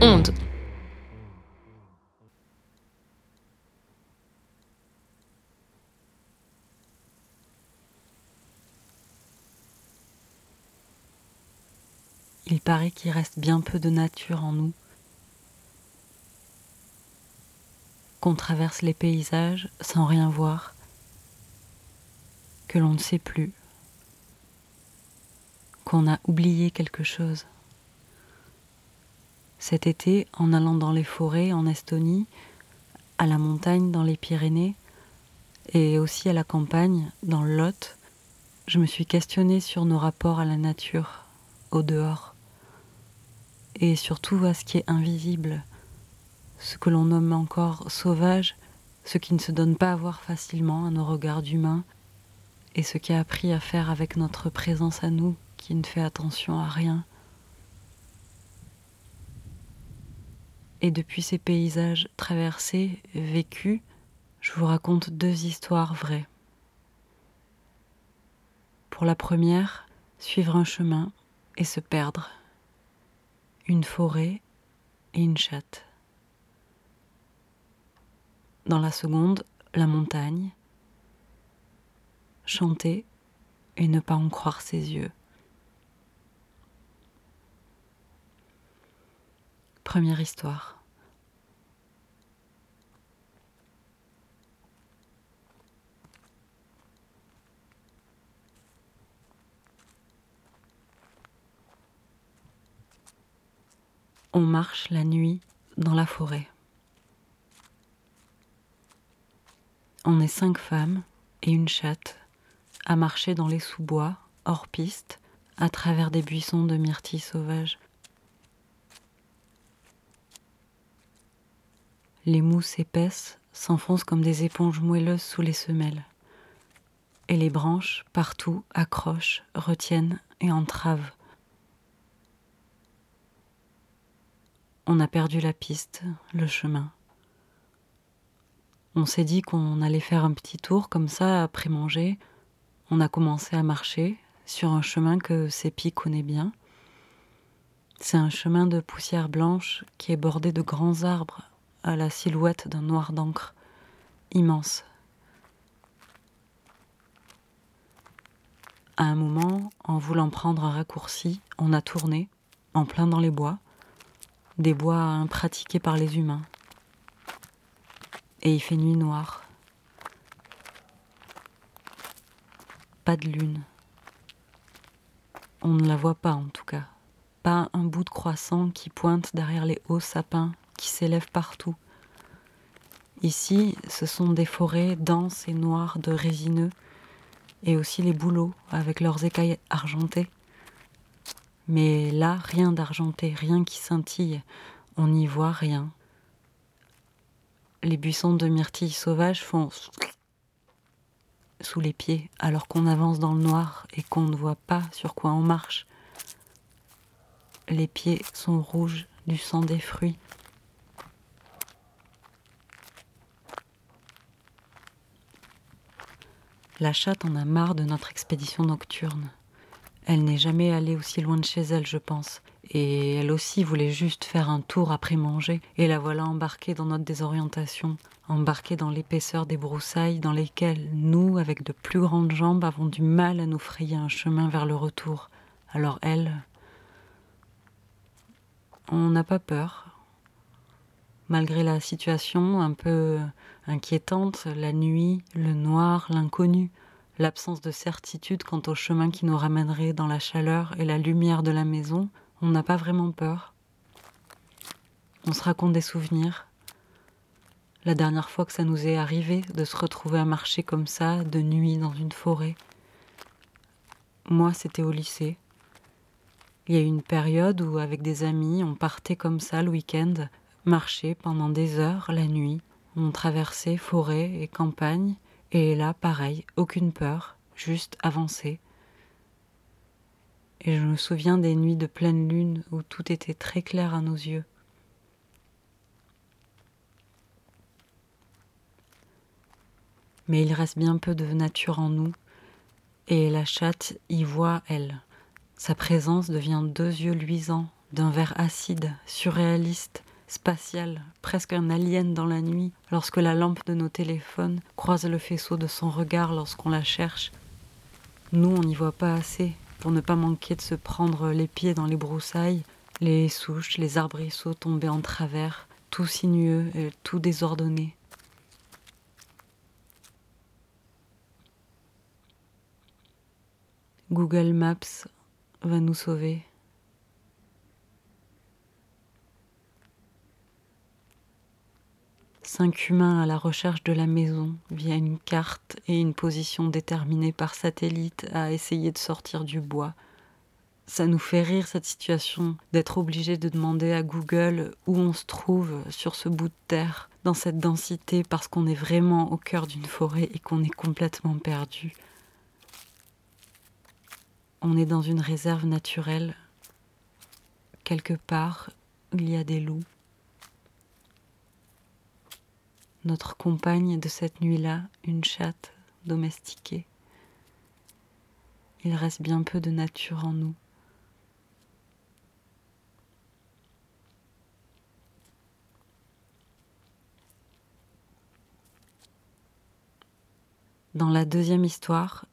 Onde. Il paraît qu'il reste bien peu de nature en nous, qu'on traverse les paysages sans rien voir, que l'on ne sait plus, qu'on a oublié quelque chose. Cet été, en allant dans les forêts en Estonie, à la montagne dans les Pyrénées et aussi à la campagne dans le Lot, je me suis questionnée sur nos rapports à la nature, au dehors, et surtout à ce qui est invisible, ce que l'on nomme encore sauvage, ce qui ne se donne pas à voir facilement à nos regards d'humains, et ce qui a appris à faire avec notre présence à nous, qui ne fait attention à rien. Et depuis ces paysages traversés, vécus, je vous raconte 2 histoires vraies. Pour la première, suivre un chemin et se perdre. Une forêt et une chatte. Dans la seconde, la montagne. Chanter et ne pas en croire ses yeux. Première histoire. On marche la nuit dans la forêt. On est 5 femmes et une chatte à marcher dans les sous-bois, hors piste, à travers des buissons de myrtilles sauvages. Les mousses épaisses s'enfoncent comme des éponges moelleuses sous les semelles. Et les branches, partout, accrochent, retiennent et entravent. On a perdu la piste, le chemin. On s'est dit qu'on allait faire un petit tour comme ça après manger. On a commencé à marcher sur un chemin que Sépi connaît bien. C'est un chemin de poussière blanche qui est bordé de grands arbres à la silhouette d'un noir d'encre immense. À un moment, en voulant prendre un raccourci, on a tourné, en plein dans les bois, des bois impratiqués par les humains. Et il fait nuit noire. Pas de lune. On ne la voit pas en tout cas. Pas un bout de croissant qui pointe derrière les hauts sapins qui s'élèvent partout. Ici, ce sont des forêts denses et noires de résineux et aussi les bouleaux avec leurs écailles argentées. Mais là, rien d'argenté, rien qui scintille. On n'y voit rien. Les buissons de myrtilles sauvages font sous les pieds alors qu'on avance dans le noir et qu'on ne voit pas sur quoi on marche. Les pieds sont rouges du sang des fruits. La chatte en a marre de notre expédition nocturne. Elle n'est jamais allée aussi loin de chez elle, je pense. Et elle aussi voulait juste faire un tour après manger. Et la voilà embarquée dans notre désorientation, embarquée dans l'épaisseur des broussailles dans lesquelles nous, avec de plus grandes jambes, avons du mal à nous frayer un chemin vers le retour. Alors elle, on n'a pas peur. Malgré la situation un peu inquiétante, la nuit, le noir, l'inconnu, l'absence de certitude quant au chemin qui nous ramènerait dans la chaleur et la lumière de la maison, on n'a pas vraiment peur. On se raconte des souvenirs. La dernière fois que ça nous est arrivé de se retrouver à marcher comme ça, de nuit dans une forêt. Moi, c'était au lycée. Il y a eu une période où, avec des amis, on partait comme ça le week-end, marcher pendant des heures la nuit. On traversait forêt et campagne, et là, pareil, aucune peur, juste avancer. Et je me souviens des nuits de pleine lune où tout était très clair à nos yeux. Mais il reste bien peu de nature en nous, et la chatte y voit, elle. Sa présence devient 2 yeux luisants d'un verre acide, surréaliste, spatial, presque un alien dans la nuit, lorsque la lampe de nos téléphones croise le faisceau de son regard lorsqu'on la cherche. Nous, on n'y voit pas assez pour ne pas manquer de se prendre les pieds dans les broussailles, les souches, les arbrisseaux tombés en travers, tout sinueux et tout désordonné. Google Maps va nous sauver. Cinq humains à la recherche de la maison via une carte et une position déterminée par satellite à essayer de sortir du bois. Ça nous fait rire cette situation d'être obligé de demander à Google où on se trouve sur ce bout de terre, dans cette densité, parce qu'on est vraiment au cœur d'une forêt et qu'on est complètement perdu. On est dans une réserve naturelle. Quelque part, il y a des loups. Notre compagne de cette nuit-là, une chatte domestiquée. Il reste bien peu de nature en nous. Dans la deuxième histoire,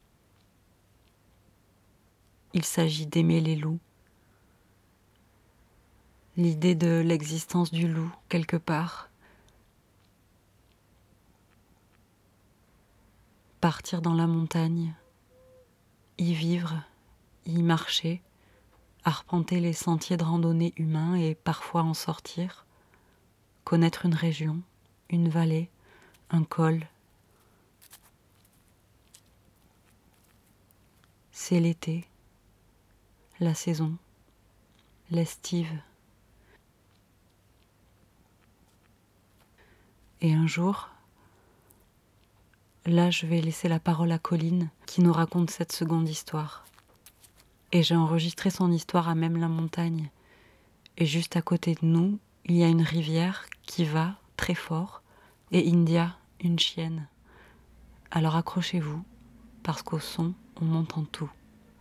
il s'agit d'aimer les loups. L'idée de l'existence du loup, quelque part. Partir dans la montagne, y vivre, y marcher, arpenter les sentiers de randonnée humains et parfois en sortir, connaître une région, une vallée, un col. C'est l'été, la saison, l'estive. Et un jour, là je vais laisser la parole à Colline qui nous raconte cette seconde histoire. Et j'ai enregistré son histoire à même la montagne. Et juste à côté de nous, il y a une rivière qui va très fort et India, une chienne. Alors accrochez-vous, parce qu'au son, on entend tout.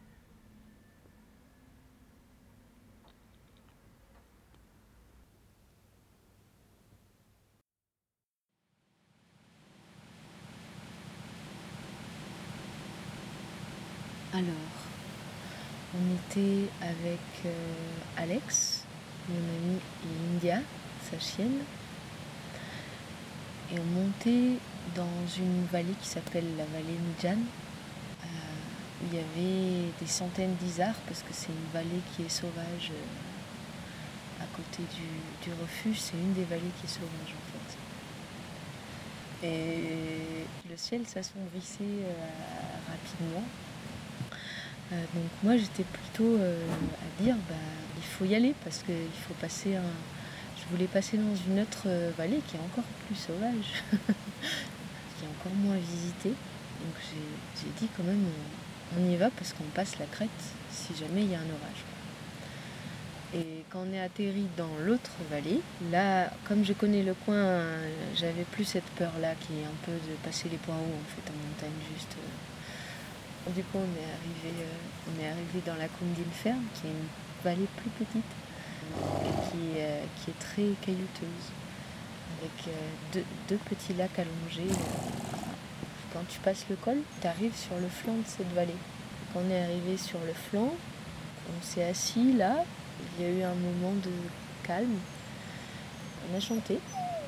Alors, on était avec Alex, mon ami, et India, sa chienne, et on montait dans une vallée qui s'appelle la vallée Mijan. Où il y avait des centaines d'isards, parce que c'est une vallée qui est sauvage à côté du refuge. C'est une des vallées qui est sauvage en fait. Et le ciel s'assombrissait rapidement. Donc moi j'étais plutôt à dire il faut y aller parce qu'il faut passer Je voulais passer dans une autre vallée qui est encore plus sauvage, qui est encore moins visitée. Donc j'ai dit quand même on y va parce qu'on passe la crête si jamais il y a un orage. Et quand on est atterri dans l'autre vallée, là, comme je connais le coin, j'avais plus cette peur-là qui est un peu de passer les points hauts en fait en montagne juste. Du coup, on est arrivé dans la Kundin Ferme, qui est une vallée plus petite et qui est très caillouteuse, avec deux petits lacs allongés. Quand tu passes le col, tu arrives sur le flanc de cette vallée. Quand on est arrivé sur le flanc, on s'est assis là. Il y a eu un moment de calme. On a chanté.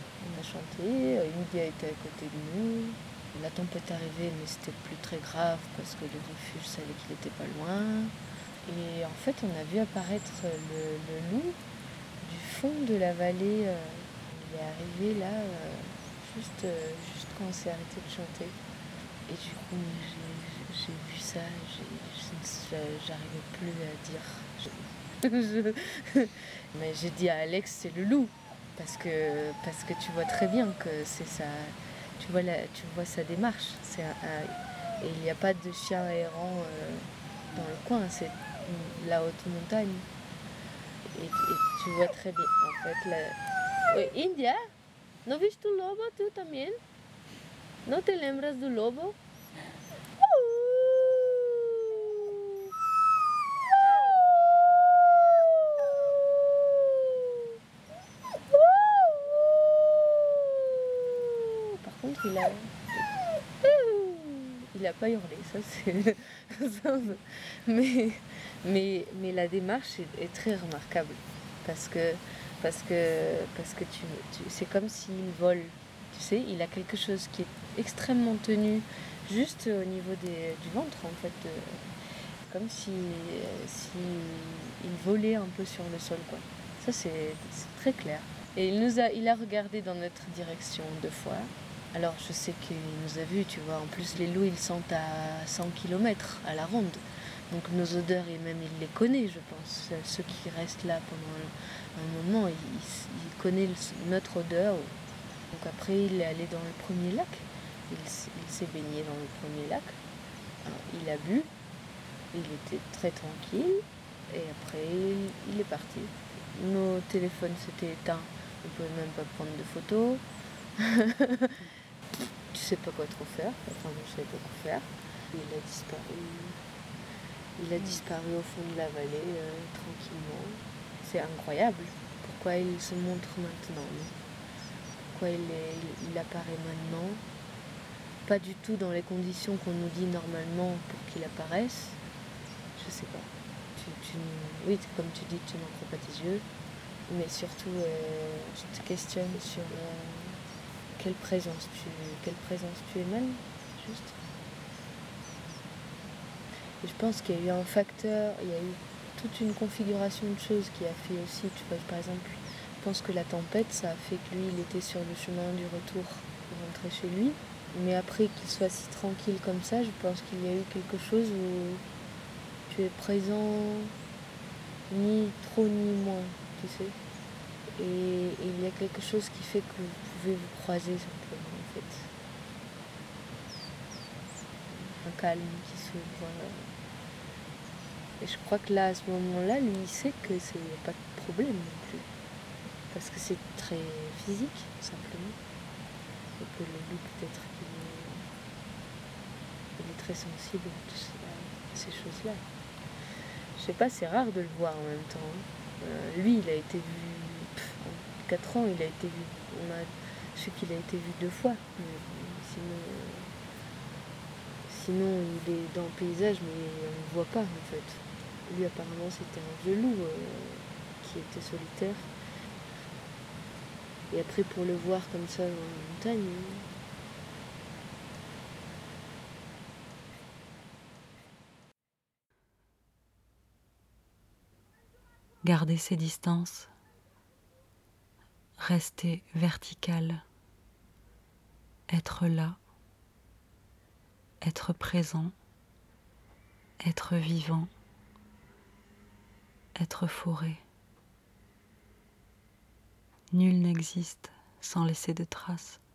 India était à côté de nous. La tempête est arrivée, mais c'était plus très grave parce que le refuge savait qu'il n'était pas loin. Et en fait, on a vu apparaître le loup du fond de la vallée. Il est arrivé là, juste quand on s'est arrêté de chanter. Et du coup, j'ai vu ça, j'arrivais plus à dire. Mais j'ai dit à Alex, c'est le loup. Parce que tu vois très bien que c'est ça. Tu vois sa démarche. Et il n'y a pas de chien errant dans le coin, c'est la haute montagne. Et tu vois très bien. En fait, India, ¿no viste tu lobo tú también? ¿No te lembras du lobo? Il a pas hurlé, ça c'est... mais la démarche est très remarquable parce que c'est comme s'il vole, tu sais, il a quelque chose qui est extrêmement tenu juste au niveau du ventre en fait, comme si il volait un peu sur le sol quoi. Ça c'est très clair. Et il a regardé dans notre direction 2 fois. Alors je sais qu'il nous a vus, tu vois. En plus les loups ils sentent à 100 km à la ronde. Donc nos odeurs, et même il les connaît je pense. Ceux qui restent là pendant un moment, il connaît notre odeur. Donc après il est allé dans le premier lac. Il s'est baigné dans le premier lac. Alors, il a bu. Il était très tranquille. Et après il est parti. Nos téléphones s'étaient éteints. On ne pouvait même pas prendre de photos. Tu sais pas quoi trop faire. Enfin, je savais pas quoi faire. Il a disparu. Il a disparu au fond de la vallée, tranquillement. C'est incroyable. Pourquoi il se montre maintenant? Pourquoi il apparaît maintenant? Pas du tout dans les conditions qu'on nous dit normalement pour qu'il apparaisse. Je sais pas. Oui, comme tu dis, tu n'en crois pas tes yeux. Mais surtout, je te questionne sur quelle présence tu émanes, juste. Et je pense qu'il y a eu un facteur, il y a eu toute une configuration de choses qui a fait aussi, tu vois, par exemple, je pense que la tempête, ça a fait que lui, il était sur le chemin du retour pour rentrer chez lui. Mais après qu'il soit si tranquille comme ça, je pense qu'il y a eu quelque chose où tu es présent ni trop ni moins, tu sais. Et il y a quelque chose qui fait que vous pouvez vous croiser simplement en fait. Un calme qui s'ouvre. Et je crois que là, à ce moment-là, lui, il sait que c'est pas de problème non plus. Parce que c'est très physique, simplement. Et que le loup, peut-être qu'il est très sensible à ces choses-là. Je sais pas, c'est rare de le voir en même temps. Lui, il a été vu... en 4 ans, il a été vu... Je sais qu'il a été vu 2 fois. Mais sinon, il est dans le paysage, mais on ne le voit pas, en fait. Lui, apparemment, c'était un vieux loup qui était solitaire. Et après, pour le voir comme ça dans la montagne... Garder ses distances, rester vertical, être là, être présent, être vivant, être forêt. Nul n'existe sans laisser de traces.